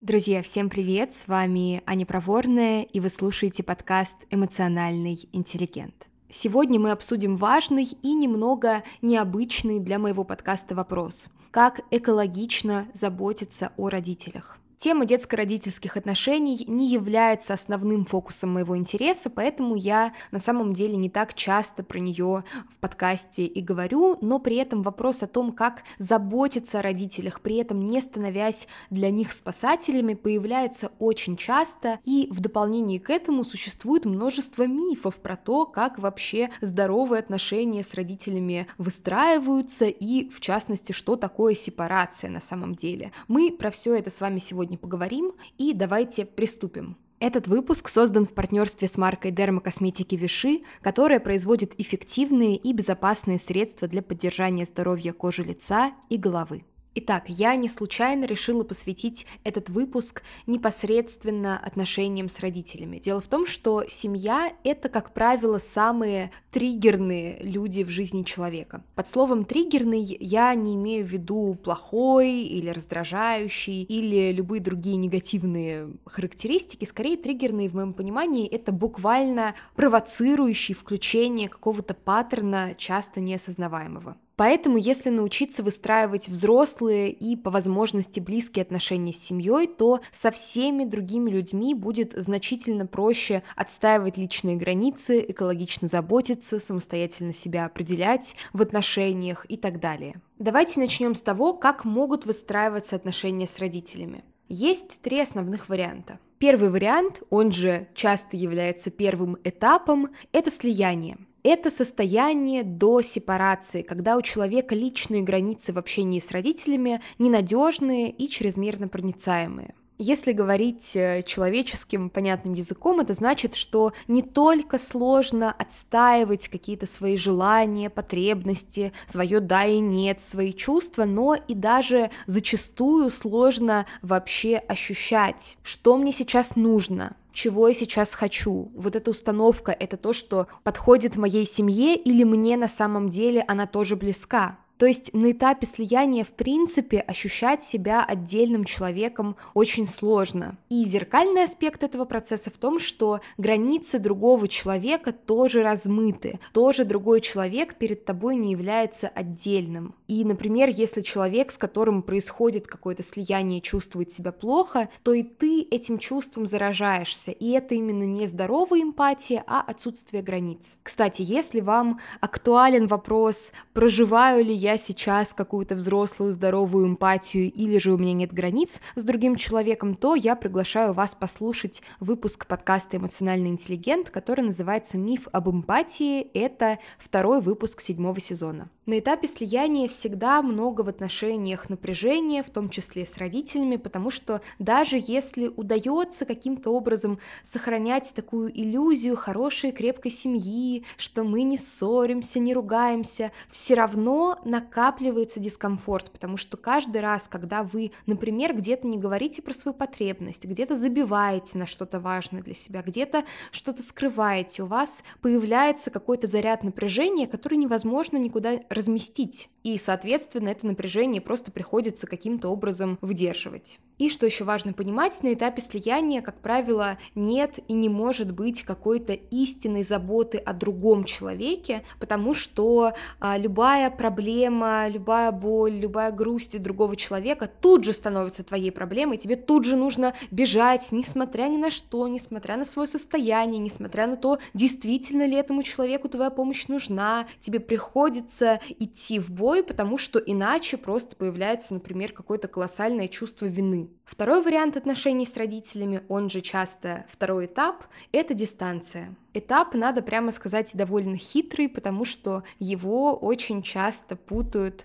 Друзья, всем привет! С вами Аня Проворная, и вы слушаете подкаст «Эмоциональный интеллигент». Сегодня мы обсудим важный и немного необычный для моего подкаста вопрос: как экологично заботиться о родителях. Тема детско-родительских отношений не является основным фокусом моего интереса, поэтому я на самом деле не так часто про нее в подкасте и говорю, но при этом вопрос о том, как заботиться о родителях, при этом не становясь для них спасателями, появляется очень часто, и в дополнение к этому существует множество мифов про то, как вообще здоровые отношения с родителями выстраиваются и, в частности, что такое сепарация на самом деле. Мы про все это с вами сегодня поговорим, и давайте приступим. Этот выпуск создан в партнерстве с маркой дермокосметики Vichy, которая производит эффективные и безопасные средства для поддержания здоровья кожи лица и головы. Итак, я не случайно решила посвятить этот выпуск непосредственно отношениям с родителями. Дело в том, что семья — это, как правило, самые триггерные люди в жизни человека. Под словом «триггерный» я не имею в виду плохой или раздражающий или любые другие негативные характеристики. Скорее, триггерный, в моем понимании, это буквально провоцирующий включение какого-то паттерна, часто неосознаваемого. Поэтому, если научиться выстраивать взрослые и, по возможности, близкие отношения с семьей, то со всеми другими людьми будет значительно проще отстаивать личные границы, экологично заботиться, самостоятельно себя определять в отношениях и так далее. Давайте начнем с того, как могут выстраиваться отношения с родителями. Есть три основных варианта. Первый вариант, он же часто является первым этапом, это слияние. Это состояние до сепарации, когда у человека личные границы в общении с родителями ненадежные и чрезмерно проницаемые. Если говорить человеческим понятным языком, это значит, что не только сложно отстаивать какие-то свои желания, потребности, свое «да» и «нет», свои чувства, но и даже зачастую сложно вообще ощущать, что мне сейчас нужно, чего я сейчас хочу. Вот эта установка — это то, что подходит моей семье или мне на самом деле она тоже близка. То есть на этапе слияния, в принципе, ощущать себя отдельным человеком очень сложно. И зеркальный аспект этого процесса в том, что границы другого человека тоже размыты. Тоже другой человек перед тобой не является отдельным. И, например, если человек, с которым происходит какое-то слияние, чувствует себя плохо, то и ты этим чувством заражаешься. И это именно не здоровая эмпатия, а отсутствие границ. Кстати, если вам актуален вопрос, проживаю ли я сейчас какую-то взрослую здоровую эмпатию или же у меня нет границ с другим человеком, то я приглашаю вас послушать выпуск подкаста «Эмоциональный интеллигент», который называется «Миф об эмпатии». Это второй выпуск 7-го сезона. На этапе слияния всегда много в отношениях напряжения, в том числе с родителями, потому что даже если удается каким-то образом сохранять такую иллюзию хорошей крепкой семьи, что мы не ссоримся, не ругаемся, все равно накапливается дискомфорт, потому что каждый раз, когда вы, например, где-то не говорите про свою потребность, где-то забиваете на что-то важное для себя, где-то что-то скрываете, у вас появляется какой-то заряд напряжения, который невозможно никуда разместить. И, соответственно, это напряжение просто приходится каким-то образом выдерживать. И что еще важно понимать, на этапе слияния, как правило, нет и не может быть какой-то истинной заботы о другом человеке, потому что любая проблема, любая боль, любая грусть другого человека тут же становится твоей проблемой, тебе тут же нужно бежать, несмотря ни на что, несмотря на свое состояние, несмотря на то, действительно ли этому человеку твоя помощь нужна, тебе приходится идти в бой, потому что иначе просто появляется, например, какое-то колоссальное чувство вины. Второй вариант отношений с родителями, он же часто второй этап, это дистанция. Этап, надо прямо сказать, довольно хитрый, потому что его очень часто путают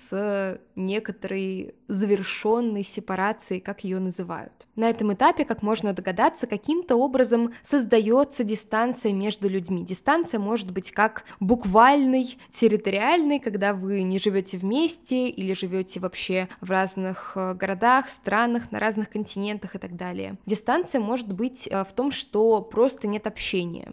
с некоторой завершенной сепарацией, как ее называют. На этом этапе, как можно догадаться, каким-то образом создается дистанция между людьми. Дистанция может быть как буквальной, территориальной, когда вы не живете вместе или живете вообще в разных городах, странах, на разных континентах и так далее. Дистанция может быть в том, что просто нет общения.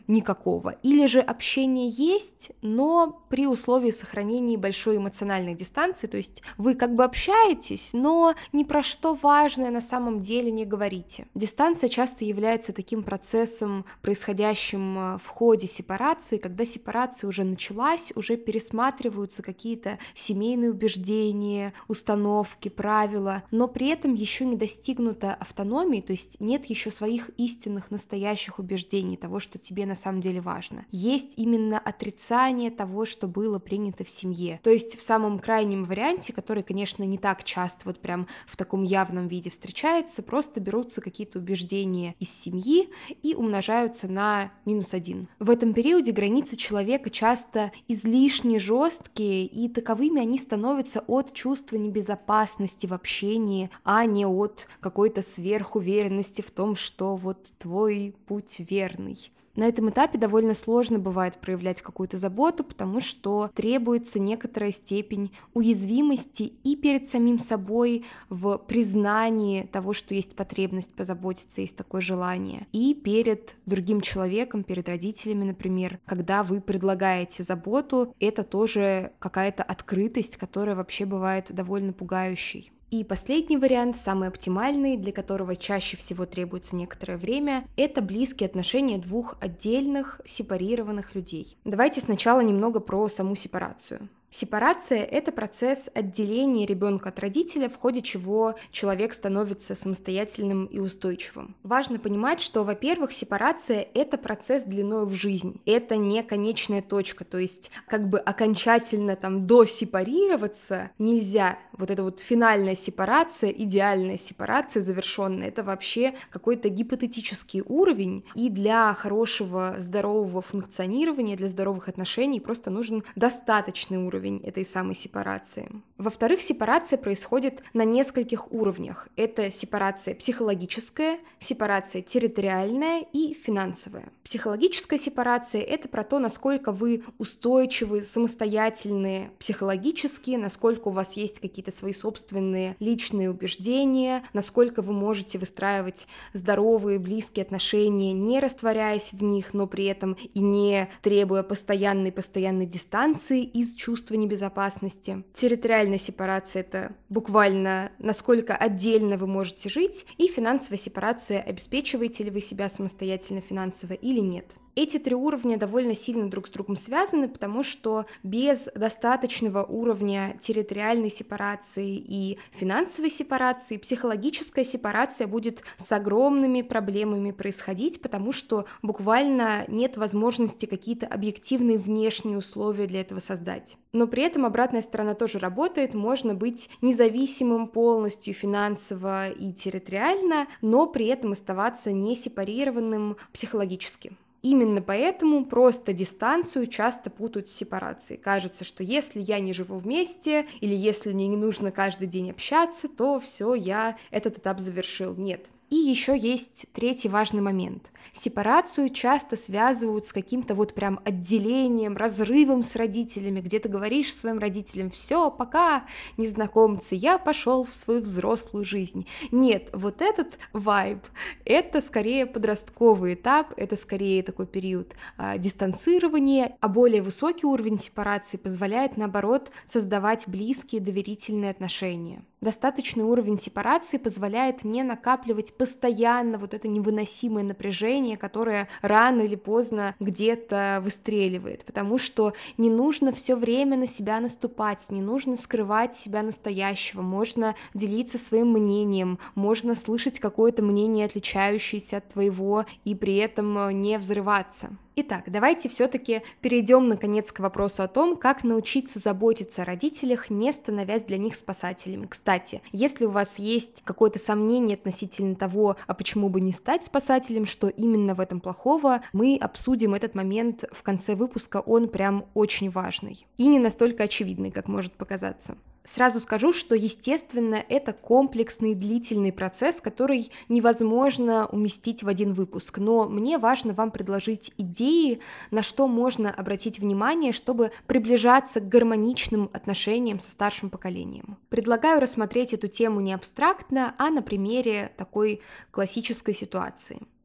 никакого. Или же общение есть, но при условии сохранения большой эмоциональной дистанции, то есть вы как бы общаетесь, но ни про что важное на самом деле не говорите. Дистанция часто является таким процессом, происходящим в ходе сепарации, когда сепарация уже началась, уже пересматриваются какие-то семейные убеждения, установки, правила, но при этом еще не достигнута автономии, то есть нет еще своих истинных, настоящих убеждений, того, что тебе на самом деле важно. Есть именно отрицание того, что было принято в семье. То есть в самом крайнем варианте, который, конечно, не так часто вот прям в таком явном виде встречается, просто берутся какие-то убеждения из семьи и умножаются на -1. В этом периоде границы человека часто излишне жесткие, и таковыми они становятся от чувства небезопасности в общении, а не от какой-то сверхуверенности в том, что вот твой путь верный. На этом этапе довольно сложно бывает проявлять какую-то заботу, потому что требуется некоторая степень уязвимости и перед самим собой в признании того, что есть потребность позаботиться, есть такое желание, и перед другим человеком, перед родителями, например, когда вы предлагаете заботу, это тоже какая-то открытость, которая вообще бывает довольно пугающей. И последний вариант, самый оптимальный, для которого чаще всего требуется некоторое время, это близкие отношения двух отдельных, сепарированных людей. Давайте сначала немного про саму сепарацию. Сепарация — это процесс отделения ребенка от родителя, в ходе чего человек становится самостоятельным и устойчивым. Важно понимать, что, во-первых, сепарация — это процесс длиной в жизнь, это не конечная точка, то есть как бы окончательно там досепарироваться нельзя. Вот эта вот финальная сепарация, идеальная сепарация, завершенная, это вообще какой-то гипотетический уровень, и для хорошего здорового функционирования, для здоровых отношений просто нужен достаточный уровень этой самой сепарации. Во-вторых, сепарация происходит на нескольких уровнях. Это сепарация психологическая, сепарация территориальная и финансовая. Психологическая сепарация — это про то, насколько вы устойчивы, самостоятельные психологически, насколько у вас есть какие-то свои собственные личные убеждения, насколько вы можете выстраивать здоровые, близкие отношения, не растворяясь в них, но при этом и не требуя постоянной дистанции из чувства небезопасности. Территориальная сепарация — это буквально насколько отдельно вы можете жить, и финансовая сепарация — обеспечиваете ли вы себя самостоятельно финансово или нет. Эти три уровня довольно сильно друг с другом связаны, потому что без достаточного уровня территориальной сепарации и финансовой сепарации психологическая сепарация будет с огромными проблемами происходить, потому что буквально нет возможности какие-то объективные внешние условия для этого создать. Но при этом обратная сторона тоже работает, можно быть независимым полностью финансово и территориально, но при этом оставаться не сепарированным психологически. Именно поэтому просто дистанцию часто путают с сепарацией. Кажется, что если я не живу вместе, или если мне не нужно каждый день общаться, то все, я этот этап завершил. Нет. И еще есть третий важный момент. Сепарацию часто связывают с каким-то вот прям отделением, разрывом с родителями, где ты говоришь своим родителям: все, пока, незнакомцы, я пошел в свою взрослую жизнь. Нет, вот этот вайб, это скорее подростковый этап, это скорее такой период дистанцирования, а более высокий уровень сепарации позволяет, наоборот, создавать близкие доверительные отношения. Достаточный уровень сепарации позволяет не накапливать постоянно вот это невыносимое напряжение, которое рано или поздно где-то выстреливает, потому что не нужно все время на себя наступать, не нужно скрывать себя настоящего, можно делиться своим мнением, можно слышать какое-то мнение, отличающееся от твоего, и при этом не взрываться. Итак, давайте все-таки перейдем наконец к вопросу о том, как научиться заботиться о родителях, не становясь для них спасателями. Кстати, если у вас есть какое-то сомнение относительно того, а почему бы не стать спасателем, что именно в этом плохого, мы обсудим этот момент в конце выпуска, он прям очень важный и не настолько очевидный, как может показаться. Сразу скажу, что, естественно, это комплексный длительный процесс, который невозможно уместить в один выпуск, но мне важно вам предложить идеи, на что можно обратить внимание, чтобы приближаться к гармоничным отношениям со старшим поколением. Предлагаю рассмотреть эту тему не абстрактно, а на примере такой классической ситуации.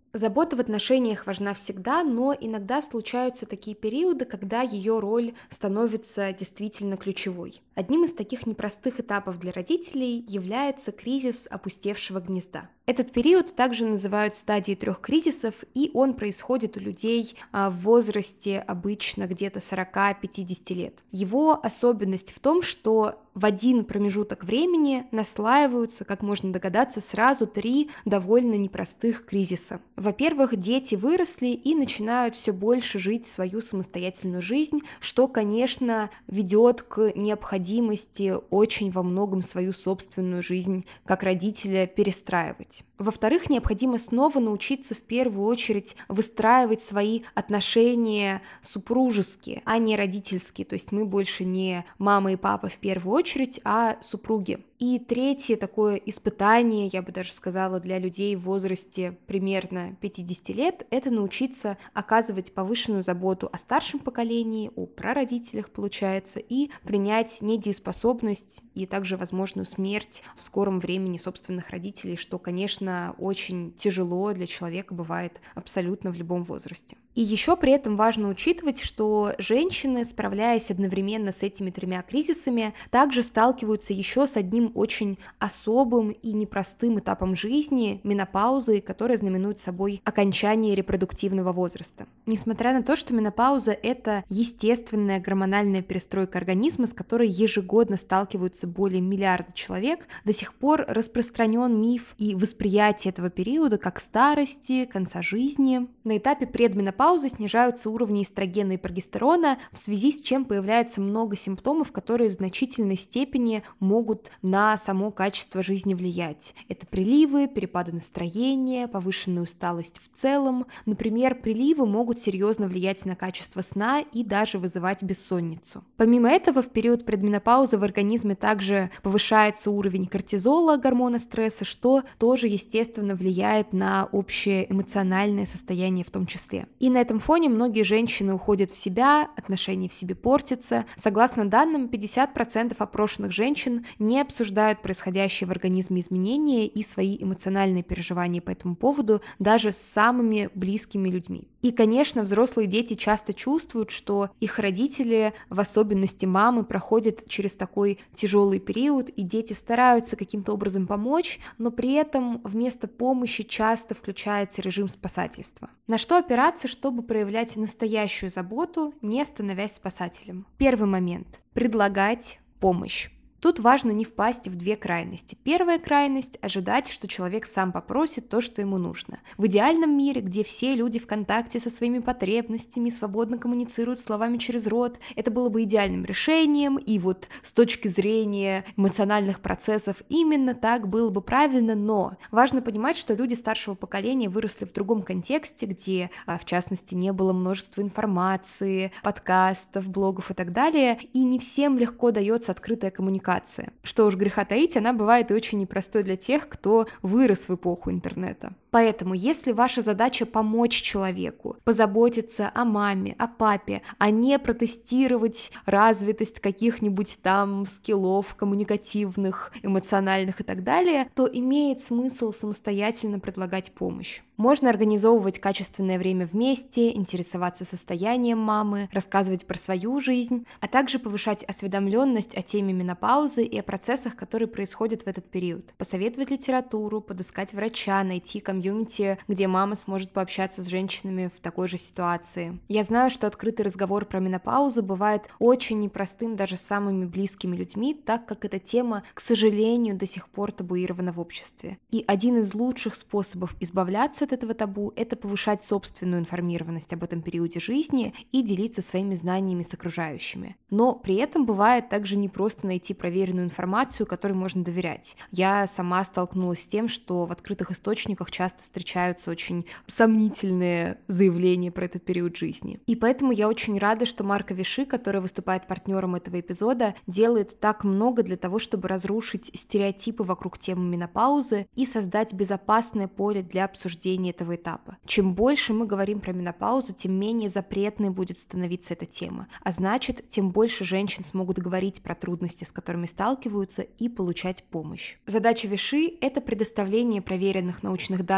Забота в отношениях важна всегда, но иногда случаются такие периоды, когда ее роль становится действительно ключевой. Одним из таких непростых этапов для родителей является кризис опустевшего гнезда. Этот период также называют стадией 3 кризисов, и он происходит у людей в возрасте обычно где-то 40-50 лет. Его особенность в том, что в один промежуток времени наслаиваются, как можно догадаться, сразу 3 довольно непростых кризиса. Во-первых, дети выросли и начинают все больше жить свою самостоятельную жизнь, что, конечно, ведет к необходимости очень во многом свою собственную жизнь как родителя перестраивать. Во-вторых, необходимо снова научиться в первую очередь выстраивать свои отношения супружеские, а не родительские. То есть мы больше не мама и папа в первую очередь, а супруги. И третье такое испытание, я бы даже сказала, для людей в возрасте примерно 50 лет, это научиться оказывать повышенную заботу о старшем поколении, о прародителях, получается, и принять недееспособность и также возможную смерть в скором времени собственных родителей, что, конечно, очень тяжело для человека бывает абсолютно в любом возрасте. И еще при этом важно учитывать, что женщины, справляясь одновременно с этими 3 кризисами, также сталкиваются еще с одним очень особым и непростым этапом жизни — менопаузой, которая знаменует собой окончание репродуктивного возраста. Несмотря на то, что менопауза — это естественная гормональная перестройка организма, с которой ежегодно сталкиваются более миллиарда человек, до сих пор распространен миф и восприятие этого периода как старости, конца жизни. На этапе предменопаузы снижаются уровни эстрогена и прогестерона, в связи с чем появляется много симптомов, которые в значительной степени могут на само качество жизни влиять. Это приливы, перепады настроения, повышенная усталость в целом. Например, приливы могут серьезно влиять на качество сна и даже вызывать бессонницу. Помимо этого, в период предменопаузы в организме также повышается уровень кортизола, гормона стресса, что тоже, естественно, влияет на общее эмоциональное состояние в том числе. И на этом фоне многие женщины уходят в себя, отношения в себе портятся. Согласно данным, 50% опрошенных женщин не обсуждают происходящие в организме изменения и свои эмоциональные переживания по этому поводу даже с самыми близкими людьми. И, конечно, взрослые дети часто чувствуют, что их родители, в особенности мамы, проходят через такой тяжелый период, и дети стараются каким-то образом помочь, но при этом вместо помощи часто включается режим спасательства. На что опираться, чтобы проявлять настоящую заботу, не становясь спасателем? Первый момент — предлагать помощь. Тут важно не впасть в 2 крайности. Первая крайность — ожидать, что человек сам попросит то, что ему нужно. В идеальном мире, где все люди в контакте со своими потребностями, свободно коммуницируют словами через рот, это было бы идеальным решением, и вот с точки зрения эмоциональных процессов именно так было бы правильно, но важно понимать, что люди старшего поколения выросли в другом контексте, где, в частности, не было множества информации, подкастов, блогов и так далее, и не всем легко дается открытая коммуникация. Что уж греха таить, она бывает и очень непростой для тех, кто вырос в эпоху интернета. Поэтому, если ваша задача помочь человеку, позаботиться о маме, о папе, а не протестировать развитость каких-нибудь там скиллов коммуникативных, эмоциональных и так далее, то имеет смысл самостоятельно предлагать помощь. Можно организовывать качественное время вместе, интересоваться состоянием мамы, рассказывать про свою жизнь, а также повышать осведомленность о теме менопаузы и о процессах, которые происходят в этот период. Посоветовать литературу, подыскать врача, найти комьюнити, где мама сможет пообщаться с женщинами в такой же ситуации. Я знаю, что открытый разговор про менопаузу бывает очень непростым даже с самыми близкими людьми, так как эта тема, к сожалению, до сих пор табуирована в обществе. И один из лучших способов избавляться от этого табу — это повышать собственную информированность об этом периоде жизни и делиться своими знаниями с окружающими. Но при этом бывает также непросто найти проверенную информацию, которой можно доверять. Я сама столкнулась с тем, что в открытых источниках часто встречаются очень сомнительные заявления про этот период жизни. И поэтому я очень рада, что Марка Виши, которая выступает партнером этого эпизода, делает так много для того, чтобы разрушить стереотипы вокруг темы менопаузы и создать безопасное поле для обсуждения этого этапа. Чем больше мы говорим про менопаузу, тем менее запретной будет становиться эта тема. А значит, тем больше женщин смогут говорить про трудности, с которыми сталкиваются, и получать помощь. Задача Виши — это предоставление проверенных научных данных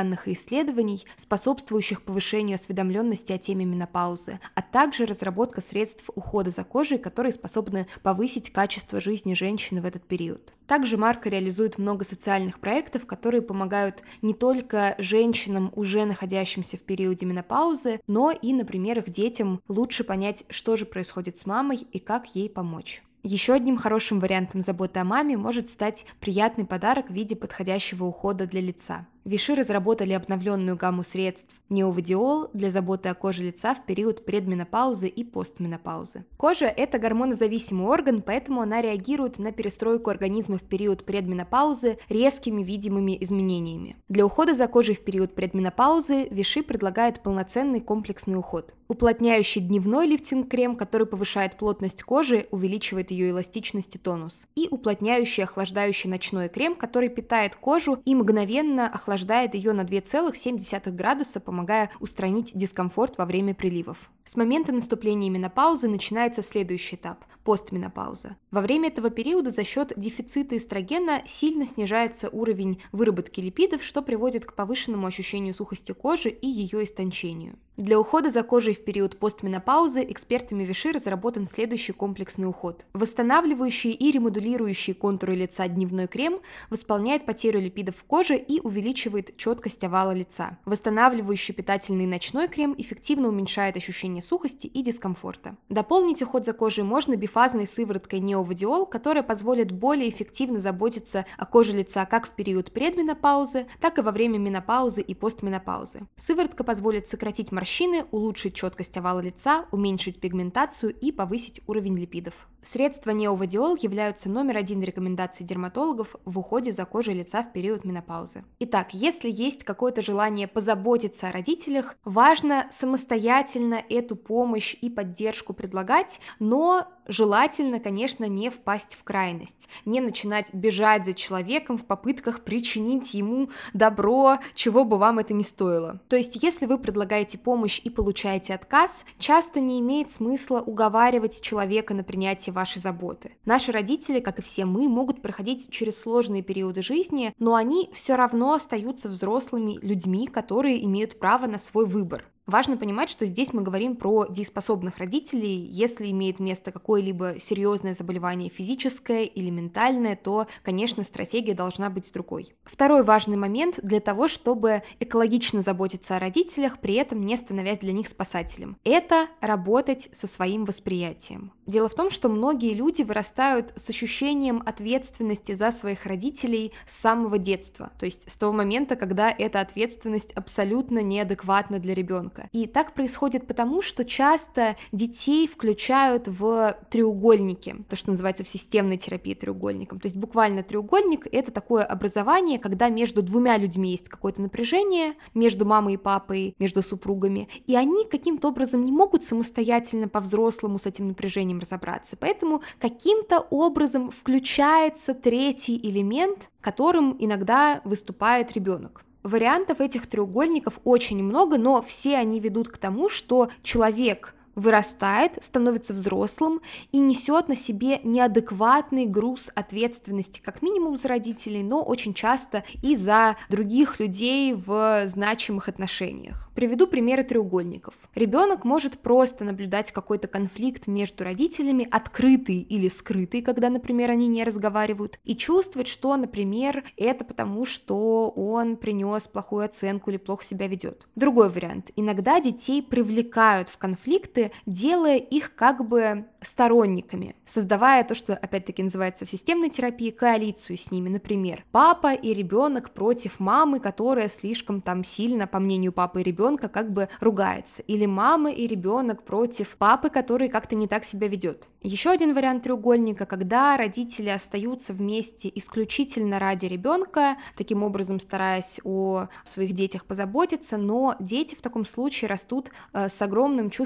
данных и исследований, способствующих повышению осведомленности о теме менопаузы, а также разработка средств ухода за кожей, которые способны повысить качество жизни женщины в этот период. Также марка реализует много социальных проектов, которые помогают не только женщинам, уже находящимся в периоде менопаузы, но и, например, их детям лучше понять, что же происходит с мамой и как ей помочь. Еще одним хорошим вариантом заботы о маме может стать приятный подарок в виде подходящего ухода для лица. Виши разработали обновленную гамму средств Неовидиол для заботы о коже лица в период предменопаузы и постменопаузы. Кожа – это гормонозависимый орган, поэтому она реагирует на перестройку организма в период предменопаузы резкими видимыми изменениями. Для ухода за кожей в период предменопаузы Виши предлагает полноценный комплексный уход. Уплотняющий дневной лифтинг-крем, который повышает плотность кожи, увеличивает ее эластичность и тонус. И уплотняющий охлаждающий ночной крем, который питает кожу и мгновенно охлаждает ее на 2,7 градуса, помогая устранить дискомфорт во время приливов. С момента наступления менопаузы начинается следующий этап – постменопауза. Во время этого периода за счет дефицита эстрогена сильно снижается уровень выработки липидов, что приводит к повышенному ощущению сухости кожи и ее истончению. Для ухода за кожей в период постменопаузы экспертами Виши разработан следующий комплексный уход. Восстанавливающий и ремодулирующий контуры лица дневной крем восполняет потерю липидов в коже и увеличивает четкость овала лица. Восстанавливающий питательный ночной крем эффективно уменьшает ощущение сухости и дискомфорта. Дополнить уход за кожей можно бифазной сывороткой Неовидиол, которая позволит более эффективно заботиться о коже лица как в период предменопаузы, так и во время менопаузы и постменопаузы. Сыворотка позволит сократить морщины, улучшить четкость овала лица, уменьшить пигментацию и повысить уровень липидов. Средства Неовидиол являются номер один рекомендаций дерматологов в уходе за кожей лица в период менопаузы. Итак, если есть какое-то желание позаботиться о родителях, важно самостоятельно эту помощь и поддержку предлагать, но желательно, конечно, не впасть в крайность, не начинать бежать за человеком в попытках причинить ему добро, чего бы вам это ни стоило. То есть, если вы предлагаете помощь и получаете отказ, часто не имеет смысла уговаривать человека на принятие вашей заботы. Наши родители, как и все мы, могут проходить через сложные периоды жизни, но они все равно остаются взрослыми людьми, которые имеют право на свой выбор. Важно понимать, что здесь мы говорим про дееспособных родителей. Если имеет место какое-либо серьезное заболевание физическое или ментальное, то, конечно, стратегия должна быть другой. Второй важный момент для того, чтобы экологично заботиться о родителях, при этом не становясь для них спасателем. Это работать со своим восприятием. Дело в том, что многие люди вырастают с ощущением ответственности за своих родителей с самого детства, то есть с того момента, когда эта ответственность абсолютно неадекватна для ребенка. И так происходит потому, что часто детей включают в треугольники, то, что называется в системной терапии треугольником. То есть буквально треугольник — это такое образование, когда между двумя людьми есть какое-то напряжение, между мамой и папой, между супругами, и они каким-то образом не могут самостоятельно по-взрослому с этим напряжением разобраться. Поэтому каким-то образом включается третий элемент, которым иногда выступает ребенок. Вариантов этих треугольников очень много, но все они ведут к тому, что человек вырастает, становится взрослым и несет на себе неадекватный груз ответственности, как минимум за родителей, но очень часто и за других людей в значимых отношениях. Приведу примеры треугольников. Ребенок может просто наблюдать какой-то конфликт между родителями, открытый или скрытый, когда, например, они не разговаривают, и чувствовать, что, например, это потому, что он принес плохую оценку или плохо себя ведет. Другой вариант. Иногда детей привлекают в конфликты, делая их как бы сторонниками, создавая то, что опять-таки называется в системной терапии коалицию с ними. Например, папа и ребенок против мамы, которая слишком там сильно, по мнению папы и ребенка, как бы ругается. Или мама и ребенок против папы, который как-то не так себя ведет. Еще один вариант треугольника, когда родители остаются вместе исключительно ради ребенка, таким образом стараясь о своих детях позаботиться, но дети в таком случае растут с огромным чувством ответственности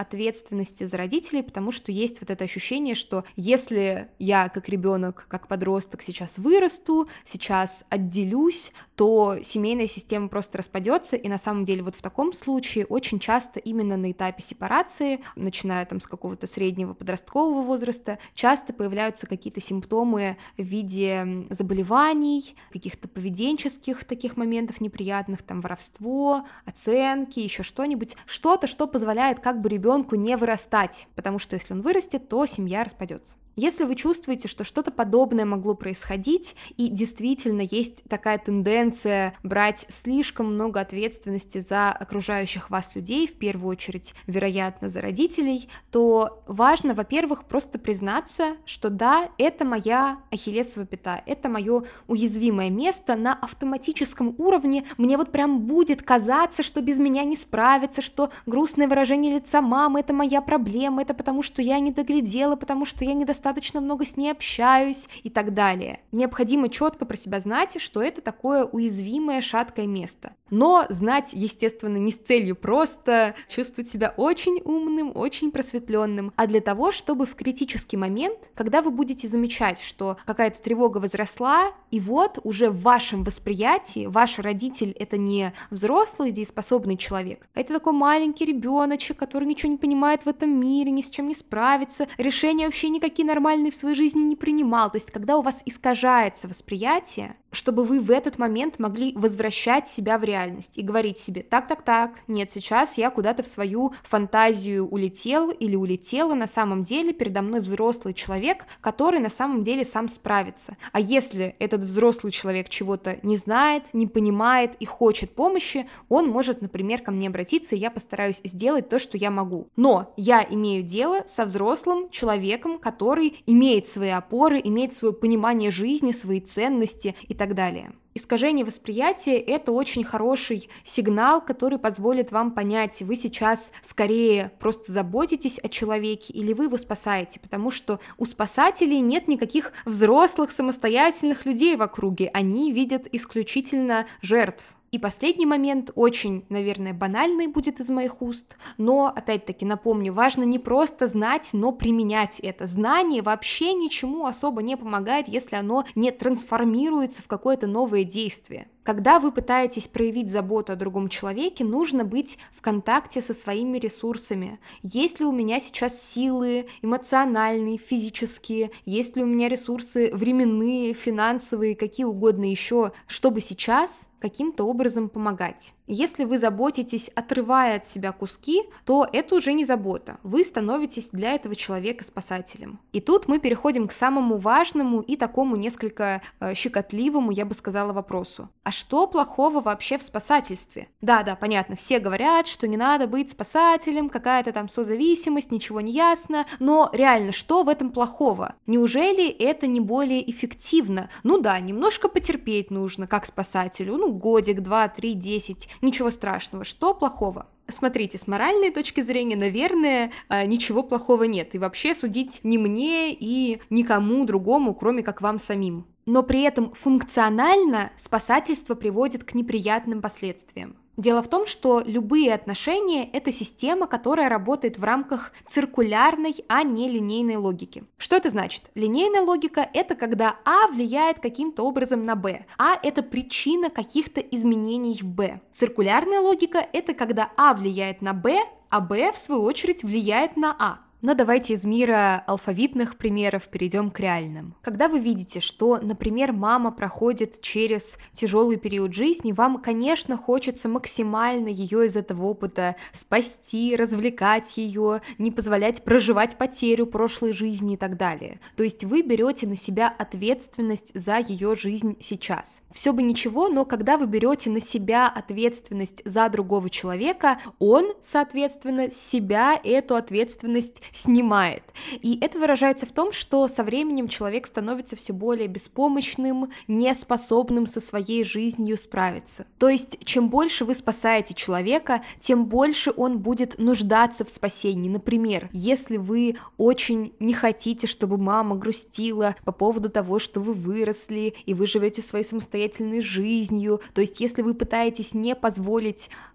ответственности за родителей, потому что есть вот это ощущение, что если я как ребенок, как подросток сейчас вырасту, сейчас отделюсь, то семейная система просто распадется, и на самом деле вот в таком случае очень часто именно на этапе сепарации, начиная там с какого-то среднего подросткового возраста, часто появляются какие-то симптомы в виде заболеваний, каких-то поведенческих таких моментов неприятных, там воровство, оценки, еще что-нибудь, что-то, что позволяет как бы ребенку не вырастать, потому что если он вырастет, то семья распадется. Если вы чувствуете, что что-то подобное могло происходить, и действительно есть такая тенденция брать слишком много ответственности за окружающих вас людей, в первую очередь, вероятно, за родителей, то важно, во-первых, просто признаться, что да, это моя ахиллесова пята, это мое уязвимое место на автоматическом уровне, мне вот прям будет казаться, что без меня не справиться, что грустное выражение лица мамы — это моя проблема, это потому что я не доглядела, потому что я недостаточно много с ней общаюсь и так далее. Необходимо четко про себя знать, что это такое уязвимое, шаткое место. Но знать, естественно, не с целью просто чувствовать себя очень умным, очень просветленным, а для того, чтобы в критический момент, когда вы будете замечать, что какая-то тревога возросла, и вот уже в вашем восприятии ваш родитель — это не взрослый, дееспособный человек, а это такой маленький ребеночек, который ничего не понимает в этом мире, ни с чем не справится, решения вообще никакие нормальные в своей жизни не принимал. То есть, когда у вас искажается восприятие, чтобы вы в этот момент могли возвращать себя в реальность и говорить себе: так, нет, сейчас я куда-то в свою фантазию улетел или улетела, на самом деле передо мной взрослый человек, который на самом деле сам справится. А если этот взрослый человек чего-то не знает, не понимает и хочет помощи, он может, например, ко мне обратиться, и я постараюсь сделать то, что я могу. Но я имею дело со взрослым человеком, который имеет свои опоры, имеет свое понимание жизни, свои ценности и так далее. Искажение восприятия — это очень хороший сигнал, который позволит вам понять, вы сейчас скорее просто заботитесь о человеке или вы его спасаете, потому что у спасателей нет никаких взрослых самостоятельных людей в округе, они видят исключительно жертв. И последний момент, очень, наверное, банальный будет из моих уст, но, опять-таки, напомню, важно не просто знать, но применять это. Знание вообще ничему особо не помогает, если оно не трансформируется в какое-то новое действие. Когда вы пытаетесь проявить заботу о другом человеке, нужно быть в контакте со своими ресурсами. Есть ли у меня сейчас силы эмоциональные, физические, есть ли у меня ресурсы временные, финансовые, какие угодно еще, чтобы сейчас каким-то образом помогать. Если вы заботитесь, отрывая от себя куски, то это уже не забота. Вы становитесь для этого человека спасателем. И тут мы переходим к самому важному и такому несколько щекотливому, я бы сказала, вопросу. А что плохого вообще в спасательстве? Да, понятно, все говорят, что не надо быть спасателем, какая-то там созависимость, ничего не ясно, но реально, что в этом плохого? Неужели это не более эффективно? Ну да, немножко потерпеть нужно, как спасателю, годик, 2, 3, 10, ничего страшного, что плохого? Смотрите, с моральной точки зрения, наверное, ничего плохого нет, и вообще судить не мне и никому другому, кроме как вам самим. Но при этом функционально спасательство приводит к неприятным последствиям. Дело в том, что любые отношения — это система, которая работает в рамках циркулярной, а не линейной логики. Что это значит? Линейная логика — это когда А влияет каким-то образом на Б, А — это причина каких-то изменений в Б. Циркулярная логика — это когда А влияет на Б, а Б, в свою очередь, влияет на А. Но давайте из мира алфавитных примеров перейдем к реальным. Когда вы видите, что, например, мама проходит через тяжелый период жизни, вам, конечно, хочется максимально ее из этого опыта спасти, развлекать ее, не позволять проживать потерю прошлой жизни и так далее. То есть вы берете на себя ответственность за ее жизнь сейчас. Все бы ничего, но когда вы берете на себя ответственность за другого человека, он, соответственно, с себя эту ответственность снимает. И это выражается в том, что со временем человек становится все более беспомощным, неспособным со своей жизнью справиться. То есть, чем больше вы спасаете человека, тем больше он будет нуждаться в спасении. Например, если вы очень не хотите, чтобы мама грустила по поводу того, что вы выросли, и вы живете своей самостоятельной жизнью, то есть, если вы пытаетесь не позволить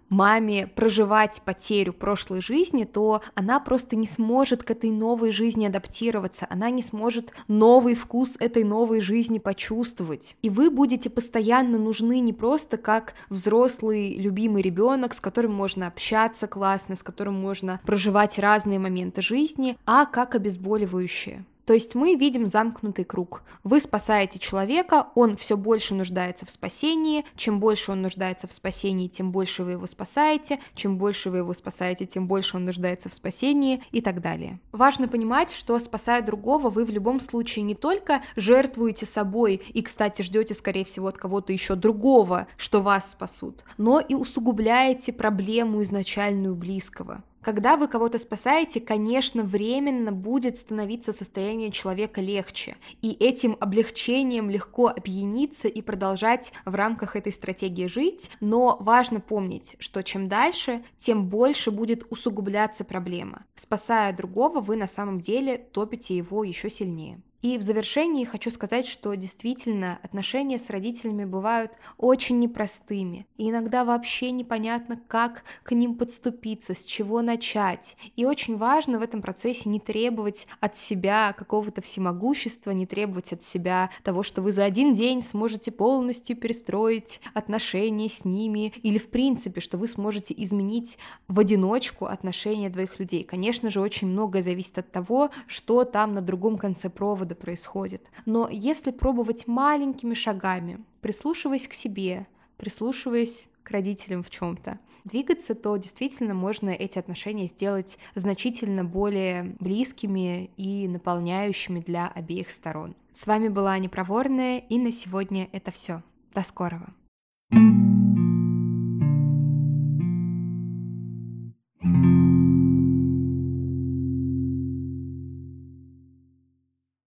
маме проживать потерю прошлой жизни, то она просто не сможет к этой новой жизни адаптироваться, она не сможет новый вкус этой новой жизни почувствовать. И вы будете постоянно нужны не просто как взрослый любимый ребенок, с которым можно общаться классно, с которым можно проживать разные моменты жизни, а как обезболивающее. То есть мы видим замкнутый круг. Вы спасаете человека, он все больше нуждается в спасении. Чем больше он нуждается в спасении, тем больше вы его спасаете. Чем больше вы его спасаете, тем больше он нуждается в спасении и так далее. Важно понимать, что, спасая другого, вы в любом случае не только жертвуете собой и, кстати, ждете, скорее всего, от кого-то еще другого, что вас спасут, но и усугубляете проблему изначальную близкого. Когда вы кого-то спасаете, конечно, временно будет становиться состояние человека легче, и этим облегчением легко опьяниться и продолжать в рамках этой стратегии жить, но важно помнить, что чем дальше, тем больше будет усугубляться проблема. Спасая другого, вы на самом деле топите его еще сильнее. И в завершении хочу сказать, что действительно отношения с родителями бывают очень непростыми, и иногда вообще непонятно, как к ним подступиться, с чего начать. И очень важно в этом процессе не требовать от себя какого-то всемогущества, не требовать от себя того, что вы за один день сможете полностью перестроить отношения с ними, или в принципе, что вы сможете изменить в одиночку отношения двоих людей. Конечно же, очень многое зависит от того, что там на другом конце провода происходит. Но если пробовать маленькими шагами, прислушиваясь к себе, прислушиваясь к родителям в чем-то, двигаться, то действительно можно эти отношения сделать значительно более близкими и наполняющими для обеих сторон. С вами была Аня Проворная, и на сегодня это все. До скорого!